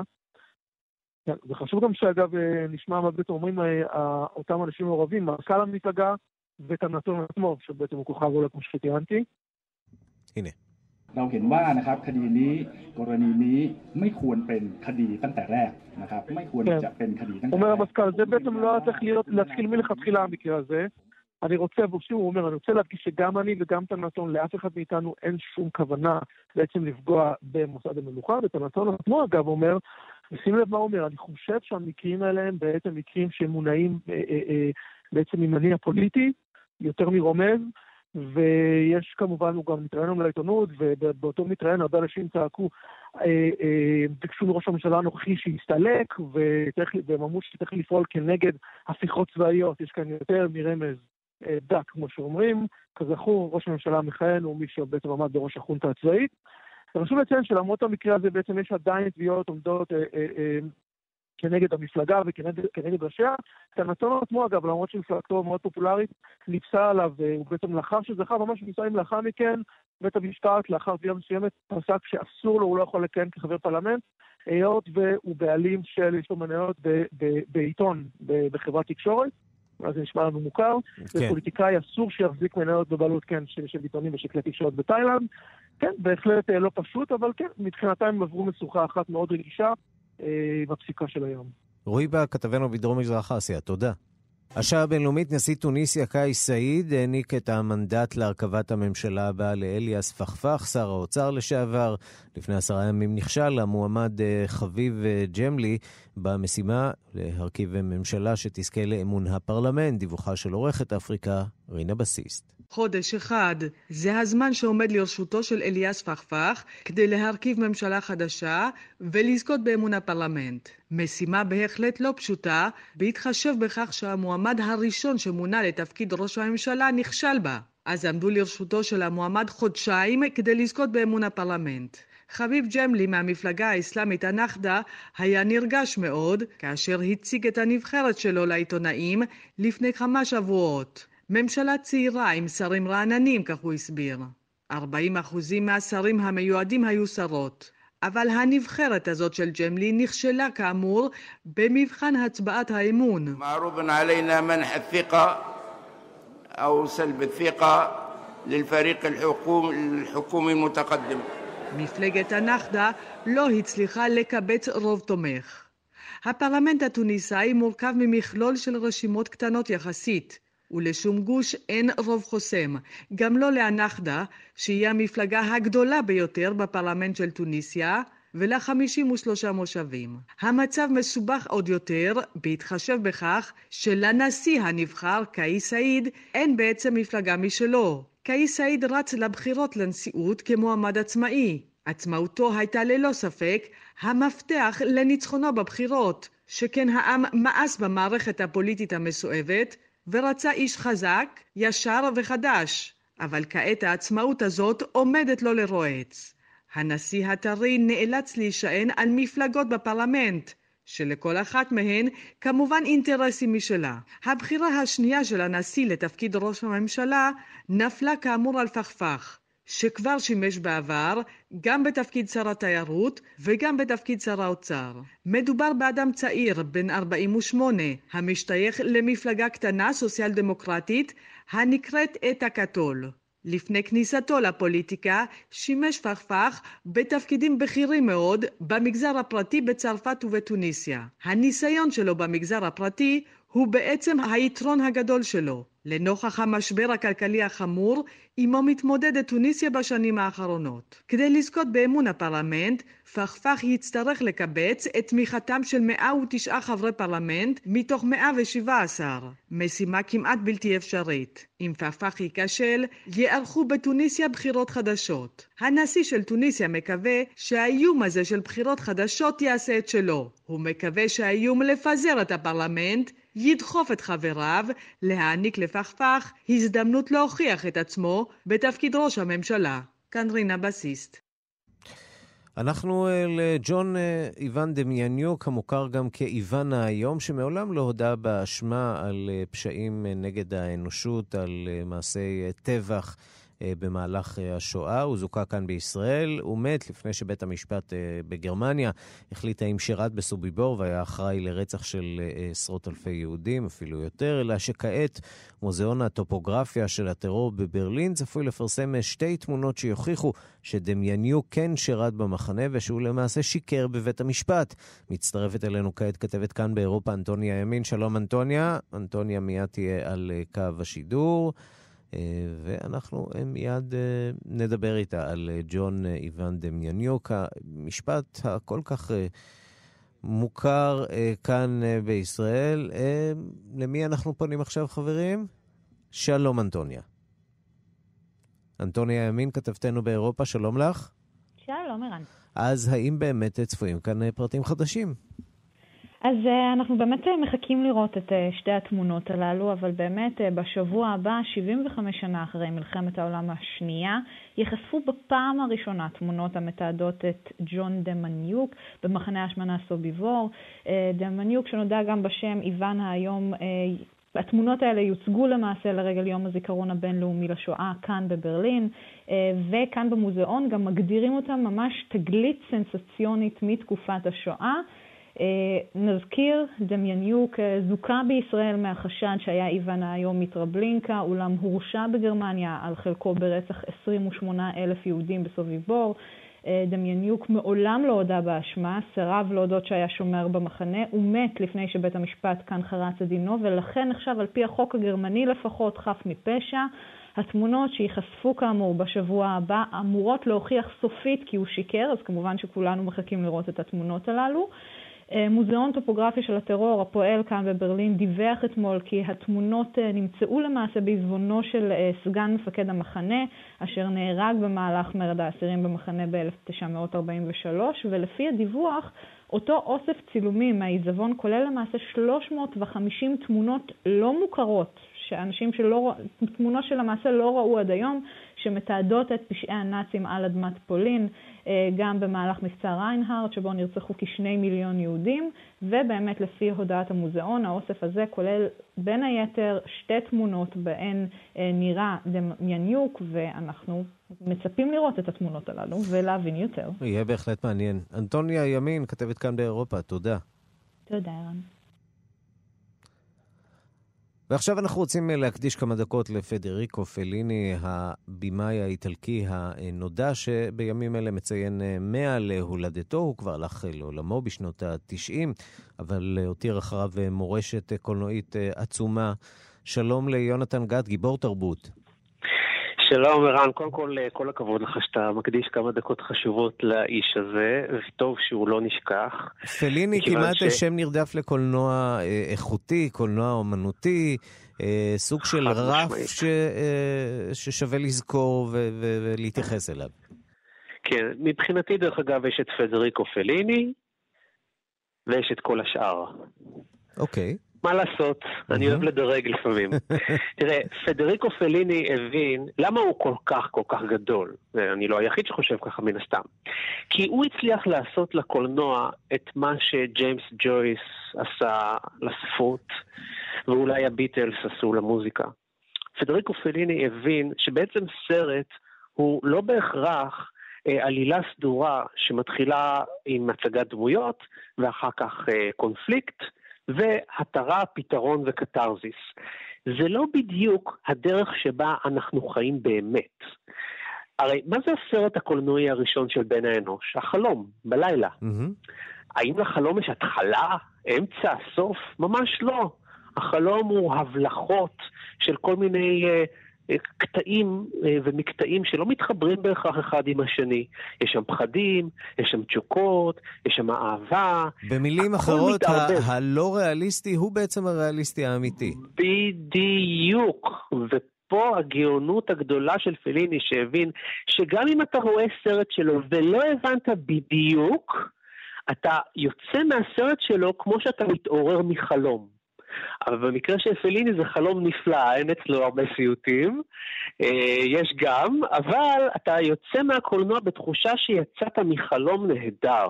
זה חשוב גם שאגב נשמע מה בעצם אומרים אותם אנשים מעורבים, מזכ"ל המפלגה ואת הנתון עצמו, שבעצם הוא כוכב עולה כמו שציינתי. הנה. เราเห็นว่านะครับคดีนี้กรณีนี้ไม่ควรเป็นคดีตั้งแต่แรกนะครับไม่ควรจะเป็นคดีตั้งแต่แรก אומר המזכ"ל, זה בעצם לא צריך להיות להתחיל מלכתחילה המקרה הזה. אני רוצה, ושוב הוא אומר, אני רוצה להדגיש שגם אני וגם תנתון, לאף אחד מאיתנו אין שום כוונה בעצם לפגוע במוסד המלוכה, ותנתון עצמו אגב אומר, ושים לב מה הוא אומר, אני חושב שהמקרים האלה הם בעצם מקרים שמונעים בעצם ממניע פוליטי, יותר מרומז, ויש כמובן, הוא גם מתראיין לנו לעיתונות, ובאותו מתראיין הרבה אנשים צעקו, ביקשו מראש הממשלה הנוכחי שיסתלק, והם אמרו שצריך לפעול כנגד הפיכות צבאיות, יש כאן יותר מרמז דק, כמו שאומרים, כזכור, ראש הממשלה המכהן הוא מי שבעצם עמד בראש החונטה הצבאית. חשוב לציין שלמרות המקרה הזה בעצם יש עדיין תביעות עומדות אה, אה, אה, כנגד המפלגה וכנגד ראשיה. הנתון עצמו אגב, למרות שמפלגתו מאוד פופולרית, נפסה עליו, הוא בעצם לאחר שזכה, ממש מסיים לאחר מכן, בית המשפט לאחר תביעה מסוימת פסק שאסור לו, הוא לא יכול לכהן כחבר פרלמנט, היות והוא בעלים של, יש לו מניות ב- ב- בעיתון, ב- בחברת תקשורת, אז זה נשמע לנו מוכר, כן. ופוליטיקאי אסור שיחזיק מניות בבעלות כן, של, של עיתונים ושקלי תקשורת בתאילנד, כן, בהחלט לא פשוט, אבל כן, מבחינתם הם עברו משוכה אחת מאוד רגישה אה, בפסיקה של היום. רועי בה, כתבנו בדרום מזרח אסיה, תודה. השעה הבינלאומית, נשיא טוניסיה קאיס סעיד העניק את המנדט להרכבת הממשלה הבאה לאליאס פחפח, שר האוצר לשעבר. לפני עשרה ימים נכשל המועמד חביב ג'מלי במשימה להרכיב ממשלה שתזכה לאמון הפרלמנט. דיווחה של עורכת אפריקה רינה בסיסט. חודש אחד, זה הזמן שעומד לרשותו של אליאס פחפח כדי להרכיב ממשלה חדשה ולזכות באמון הפרלמנט. משימה בהחלט לא פשוטה, בהתחשב בכך שהמועמד הראשון שמונה לתפקיד ראש הממשלה נכשל בה. אז עמדו לרשותו של המועמד חודשיים כדי לזכות באמון הפרלמנט. חביב ג'מלי מהמפלגה האסלאמית הנחדה היה נרגש מאוד כאשר הציג את הנבחרת שלו לעיתונאים לפני כמה שבועות. ממשלה צעירה עם שרים רעננים, כך הוא הסביר. ארבעים אחוזים מהשרים המיועדים היו שרות. אבל הנבחרת הזאת של ג'מלי נכשלה כאמור במבחן הצבעת האמון. מערובן עלינו מנח הת'יקה או סלב הת'יקה ללפריק الحكومي المتقدم. מפלגת הנחדה לא הצליחה לקבץ רוב תומך. הפרלמנט התוניסאי מורכב ממכלול של רשימות קטנות יחסית. ולשום גוש אין רוב חוסם, גם לא להנחדה, שהיא המפלגה הגדולה ביותר בפרלמנט של טוניסיה, ולה-חמישים ושלושה מושבים. המצב מסובך עוד יותר, בהתחשב בכך שלנשיא הנבחר, קאיס סעיד, אין בעצם מפלגה משלו. קאיס סעיד רץ לבחירות לנשיאות כמועמד עצמאי. עצמאותו הייתה ללא ספק המפתח לניצחונו בבחירות, שכן העם מאס במערכת הפוליטית המסואבת, ורצה איש חזק, ישר וחדש. אבל כעת העצמאות הזאת עומדת לו לרועץ. הנשיא הטרי נאלץ להישען על מפלגות בפרלמנט, שלכל אחת מהן כמובן אינטרסים משלה. הבחירה השנייה של הנשיא לתפקיד ראש הממשלה נפלה כאמור על פחפח, שכבר שימש בעבר גם בתפקיד שר התיירות וגם בתפקיד שר האוצר. מדובר באדם צעיר בן ארבעים ושמונה, המשתייך למפלגה קטנה סוציאל דמוקרטית הנקראת את הקתול. לפני כניסתו לפוליטיקה שימש פחפח בתפקידים בכירים מאוד במגזר הפרטי בצרפת ובטוניסיה. הניסיון שלו במגזר הפרטי הוא בעצם היתרון הגדול שלו. לנוכח המשבר הכלכלי החמור עמו מתמודדת טוניסיה בשנים האחרונות. כדי לזכות באמון הפרלמנט, פחפח יצטרך לקבץ את תמיכתם של מאה ותשעה חברי פרלמנט מתוך מאה ושבע עשרה. משימה כמעט בלתי אפשרית. אם פחפח ייכשל, יערכו בטוניסיה בחירות חדשות. הנשיא של טוניסיה מקווה שהאיום הזה של בחירות חדשות יעשה את שלו. הוא מקווה שהאיום לפזר את הפרלמנט ידחוף את חבריו להעניק לפחפח הזדמנות להוכיח את עצמו בתפקיד ראש הממשלה. כאן רינה בסיסט. אנחנו לג'ון איוון דמיאניוק, המוכר גם כאיוונה היום, שמעולם לא הודה באשמה על פשעים נגד האנושות, על מעשי טבח במהלך השואה. הוא זוכה כאן בישראל, הוא מת לפני שבית המשפט בגרמניה החליט האם שירת בסוביבור והיה אחראי לרצח של עשרות אלפי יהודים, אפילו יותר, אלא שכעת מוזיאון הטופוגרפיה של הטרור בברלין צפוי לפרסם שתי תמונות שיוכיחו שדמיאניוק כן שירת במחנה ושהוא למעשה שיקר בבית המשפט. מצטרפת אלינו כעת כתבת כאן באירופה אנטוניה ימין. שלום אנטוניה. אנטוניה מיד תהיה על קו השידור. ואנחנו מיד נדבר איתה על ג'ון איוון דמיאניוק, המשפט הכל כך מוכר כאן בישראל. למי אנחנו פונים עכשיו, חברים? שלום אנטוניה. אנטוניה ימין, כתבתנו באירופה, שלום לך. שלום ערן. אז האם באמת צפויים כאן פרטים חדשים? אז uh, אנחנו באמת מחכים לראות את uh, שתי התמונות הללו, אבל באמת uh, בשבוע הבא, שבעים וחמש שנה אחרי מלחמת העולם השנייה, יחשפו בפעם הראשונה תמונות המתעדות את ג'ון דמיאניוק במחנה השמנה סוביבור. Uh, דמיאניוק שנודע גם בשם איוונה היום, uh, התמונות האלה יוצגו למעשה לרגל יום הזיכרון הבינלאומי לשואה כאן בברלין, uh, וכאן במוזיאון גם מגדירים אותם ממש תגלית סנסציונית מתקופת השואה. Uh, נזכיר, דמיאניוק uh, זוכה בישראל מהחשד שהיה איוונה היום מטרבלינקה, אולם הורשע בגרמניה על חלקו ברצח עשרים ושמונה אלף יהודים בסוביבור. Uh, דמיאניוק מעולם לא הודה באשמה, סירב להודות שהיה שומר במחנה, הוא מת לפני שבית המשפט כאן חרץ את דינו, ולכן נחשב על פי החוק הגרמני לפחות חף מפשע. התמונות שיחשפו כאמור בשבוע הבא אמורות להוכיח סופית כי הוא שיקר, אז כמובן שכולנו מחכים לראות את התמונות הללו. מוזיאון טופוגרפיה של הטרור הפועל כאן בברלין דיווח אתמול כי התמונות נמצאו למעשה בעזבונו של סגן מפקד המחנה אשר נהרג במהלך מרד האסירים במחנה ב-אלף תשע מאות ארבעים ושלוש, ולפי הדיווח אותו אוסף צילומים מהעיזבון כולל למעשה שלוש מאות וחמישים תמונות לא מוכרות, שאנשים שלא, תמונות שלמעשה לא ראו עד היום, שמתעדות את פשעי הנאצים על אדמת פולין, גם במהלך מבצע ריינהארט, שבו נרצחו כשני מיליון יהודים, ובאמת לפי הודעת המוזיאון, האוסף הזה כולל בין היתר שתי תמונות בהן נראה דמיאניוק, ואנחנו מצפים לראות את התמונות הללו ולהבין יותר. יהיה בהחלט מעניין. אנטוניה ימין, כתבת כאן באירופה, תודה. תודה, ערן. ועכשיו אנחנו רוצים להקדיש כמה דקות לפדריקו פליני, הבימאי האיטלקי הנודע, שבימים אלה מציין מאה להולדתו. הוא כבר הלך לעולמו בשנות ה-תשעים, אבל הותיר אחריו מורשת קולנועית עצומה. שלום ליונתן גת, גיבור תרבות. שלום ערן, קודם כל כל הכבוד לך שאתה מקדיש כמה דקות חשובות לאיש הזה, וטוב שהוא לא נשכח. פליני כמעט ש... שם נרדף לקולנוע איכותי, קולנוע אומנותי, סוג של רף ש... ששווה לזכור ו... ו... ולהתייחס אליו. כן, מבחינתי דרך אגב יש את פדריקו פליני, ויש את כל השאר. אוקיי. מה לעשות? אני אוהב לדרג לפעמים. תראה, פדריקו פליני הבין למה הוא כל כך כל כך גדול. אני לא היחיד שחושב ככה מן הסתם. כי הוא הצליח לעשות לקולנוע את מה שג'יימס ג'ויס עשה לספרות, ואולי הביטלס עשו למוזיקה. פדריקו פליני הבין שבעצם סרט הוא לא בהכרח עלילה סדורה שמתחילה עם הצגת דמויות, ואחר כך קונפליקט, והתרה, פתרון וקטרזיס. זה לא בדיוק הדרך שבה אנחנו חיים באמת. הרי מה זה הסרט הקולנועי הראשון של בן האנוש? החלום, בלילה. Mm-hmm. האם לחלום יש התחלה, אמצע, סוף? ממש לא. החלום הוא הבלחות של כל מיני uh, קטעים uh, ומקטעים שלא מתחברים בהכרח אחד עם השני. יש שם פחדים, יש שם תשוקות, יש שם אהבה. במילים אחרות, ה- הלא ריאליסטי הוא בעצם הריאליסטי האמיתי. בדיוק. ופה הגאונות הגדולה של פליני שהבין שגם אם אתה רואה סרט שלו ולא הבנת בדיוק, אתה יוצא מהסרט שלו כמו שאתה מתעורר מחלום. אבל במקרה של פליני זה חלום נפלא, אין אצלו הרבה סיוטים, יש גם, אבל אתה יוצא מהקולנוע בתחושה שיצאת מחלום נהדר,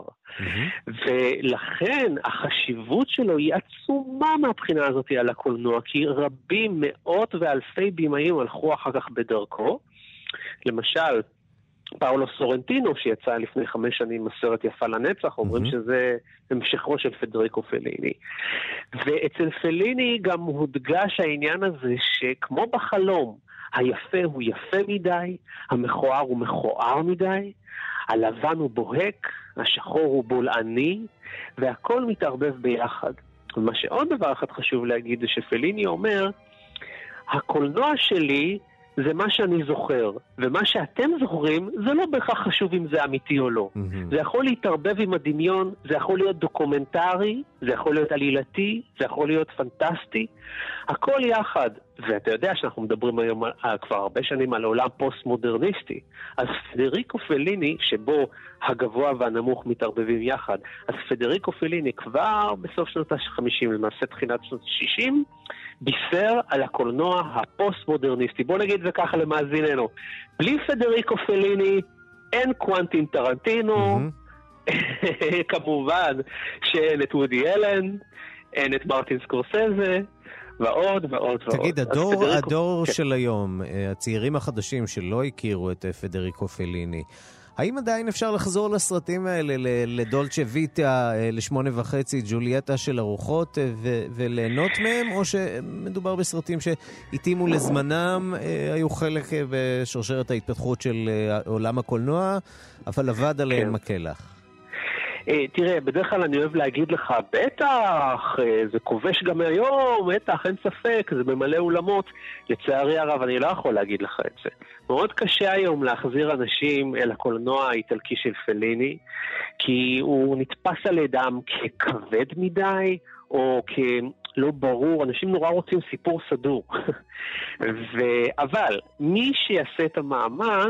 ולכן החשיבות שלו היא עצומה מהבחינה הזאת על הקולנוע, כי רבים, מאות ואלפי בימאים הלכו אחר כך בדרכו, למשל, פאולו סורנטינו, שיצא לפני חמש שנים מסרט יפה לנצח, אומרים mm-hmm. שזה המשכו של פדריקו פליני. ואצל פליני גם הודגש העניין הזה שכמו בחלום, היפה הוא יפה מדי, המכוער הוא מכוער מדי, הלבן הוא בוהק, השחור הוא בולעני, והכל מתערבב ביחד. ומה שעוד דבר אחד חשוב להגיד זה שפליני אומר, הקולנוע שלי זה מה שאני זוכר, ומה שאתם זוכרים זה לא בהכרח חשוב אם זה אמיתי או לא. Mm-hmm. זה יכול להתערבב עם הדמיון, זה יכול להיות דוקומנטרי, זה יכול להיות עלילתי, זה יכול להיות פנטסטי, הכל יחד. ואתה יודע שאנחנו מדברים היום כבר הרבה שנים על עולם פוסט-מודרניסטי, אז פדריקו פליני, שבו הגבוה והנמוך מתערבבים יחד, אז פדריקו פליני כבר בסוף שנות ה-חמישים, למעשה תחילת שנות ה-שישים, בישר על הקולנוע הפוסט-מודרניסטי. בוא נגיד זה ככה למאזיננו. בלי פדריקו פליני אין קוונטין טרנטינו, mm-hmm. כמובן שאין את וודי אלן, אין את מרטין סקורסזה, ועוד ועוד ועוד. תגיד, הדור, פדריקו... הדור כן. של היום, הצעירים החדשים שלא הכירו את פדריקו פליני, האם עדיין אפשר לחזור לסרטים האלה, לדולצ'ה ויטה, לשמונה וחצי, ג'ולייטה של ארוחות, ו- וליהנות מהם, או שמדובר בסרטים שהתאימו לזמנם, היו חלק בשרשרת ההתפתחות של עולם הקולנוע, אבל עבד עליהם מקלח? תראה, בדרך כלל אני אוהב להגיד לך, בטח, זה כובש גם היום, בטח, אין ספק, זה ממלא אולמות. לצערי הרב, אני לא יכול להגיד לך את זה. מאוד קשה היום להחזיר אנשים אל הקולנוע האיטלקי של פליני, כי הוא נתפס על ידם ככבד מדי, או כלא ברור. אנשים נורא רוצים סיפור סדור. ו... אבל מי שיעשה את המאמץ,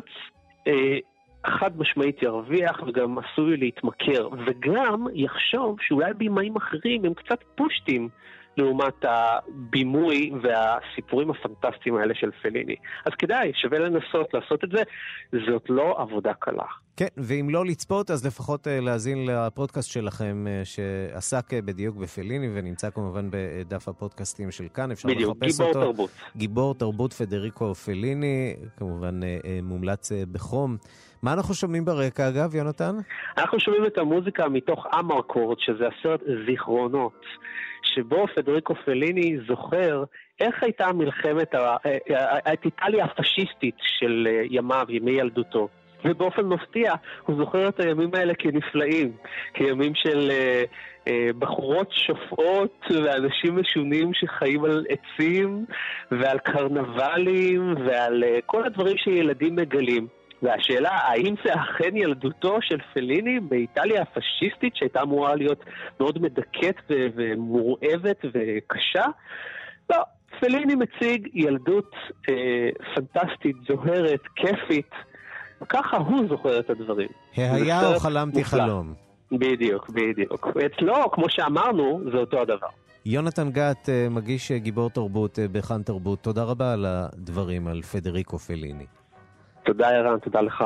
חד משמעית ירוויח וגם עשוי להתמכר, וגם יחשוב שאולי בימאים אחרים הם קצת פושטים לעומת הבימוי והסיפורים הפנטסטיים האלה של פליני. אז כדאי, שווה לנסות לעשות את זה, זאת לא עבודה קלה. כן, ואם לא לצפות, אז לפחות להזין לפודקאסט שלכם שעסק בדיוק בפליני, ונמצא כמובן בדף הפודקאסטים של כאן, אפשר בדיוק, לחפש גיבור אותו. תרבות. גיבור תרבות פדריקו פליני, כמובן מומלץ בחום. מה אנחנו שומעים ברקע, אגב, יונתן? אנחנו שומעים את המוזיקה מתוך אמרקורד, שזה הסרט זיכרונות, שבו פדריקו פליני זוכר איך הייתה מלחמת, את איטליה הפשיסטית של ימיו, ימי ילדותו. ובאופן מפתיע, הוא זוכר את הימים האלה כנפלאים, כימים של בחורות שופעות ואנשים משונים שחיים על עצים ועל קרנבלים ועל כל הדברים שילדים מגלים. והשאלה, האם זה אכן ילדותו של פליני באיטליה הפשיסטית, שהייתה אמורה להיות מאוד מדכאת ו- ומורעבת וקשה? לא, פליני מציג ילדות אה, פנטסטית, זוהרת, כיפית. ככה הוא זוכר את הדברים. היה או חלמתי מופלא. חלום. בדיוק, בדיוק. אצלו, כמו שאמרנו, זה אותו הדבר. יונתן גת, מגיש גיבור תרבות בכאן תרבות, תודה רבה על הדברים על פדריקו פליני. תודה ערן, תודה לך.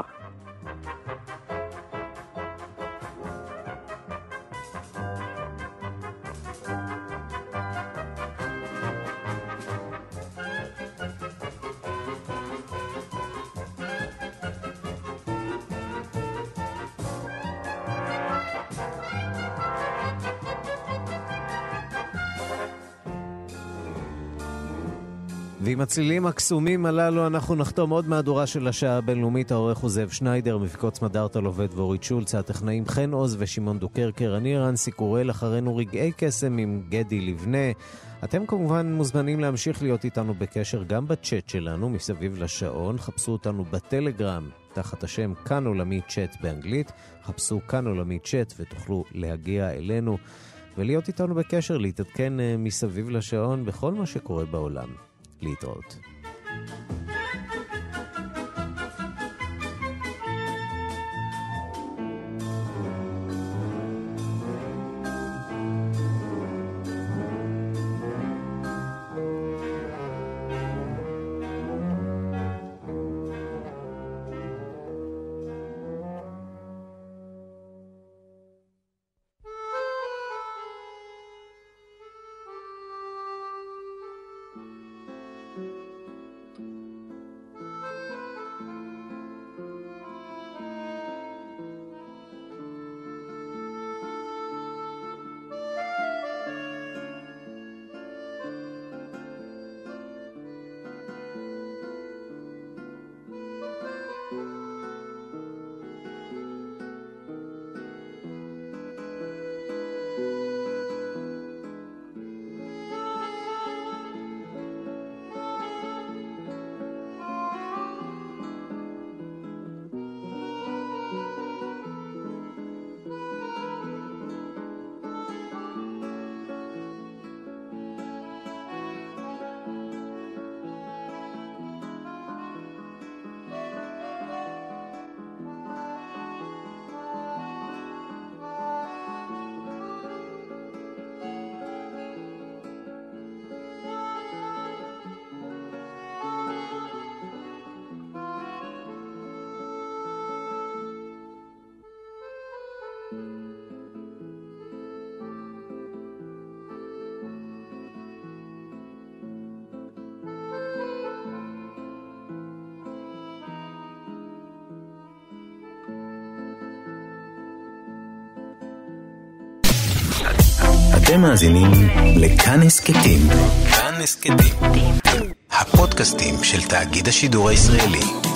ועם הצלילים הקסומים הללו אנחנו נחתום עוד מהדורה של השעה הבינלאומית. העורך הוא זאב שניידר, מפיקות סמדארטה לובד ואורית שולץ, הטכנאים חן עוז ושמעון דוקרקר. אני רן סיקורל, אחרינו רגעי קסם עם גדי לבנה. אתם כמובן מוזמנים להמשיך להיות איתנו בקשר גם בצ'אט שלנו מסביב לשעון. חפשו אותנו בטלגרם תחת השם כאן עולמי צ'אט באנגלית. חפשו כאן עולמי צ'אט ותוכלו להגיע אלינו ולהיות איתנו בקשר, להתעדכן מסביב לשעון בכל מה שקורה בעולם. להתראות. אתם מאזינים לכאן הסכתים. כאן הסכתים, הפודקאסטים של תאגיד השידור הישראלי.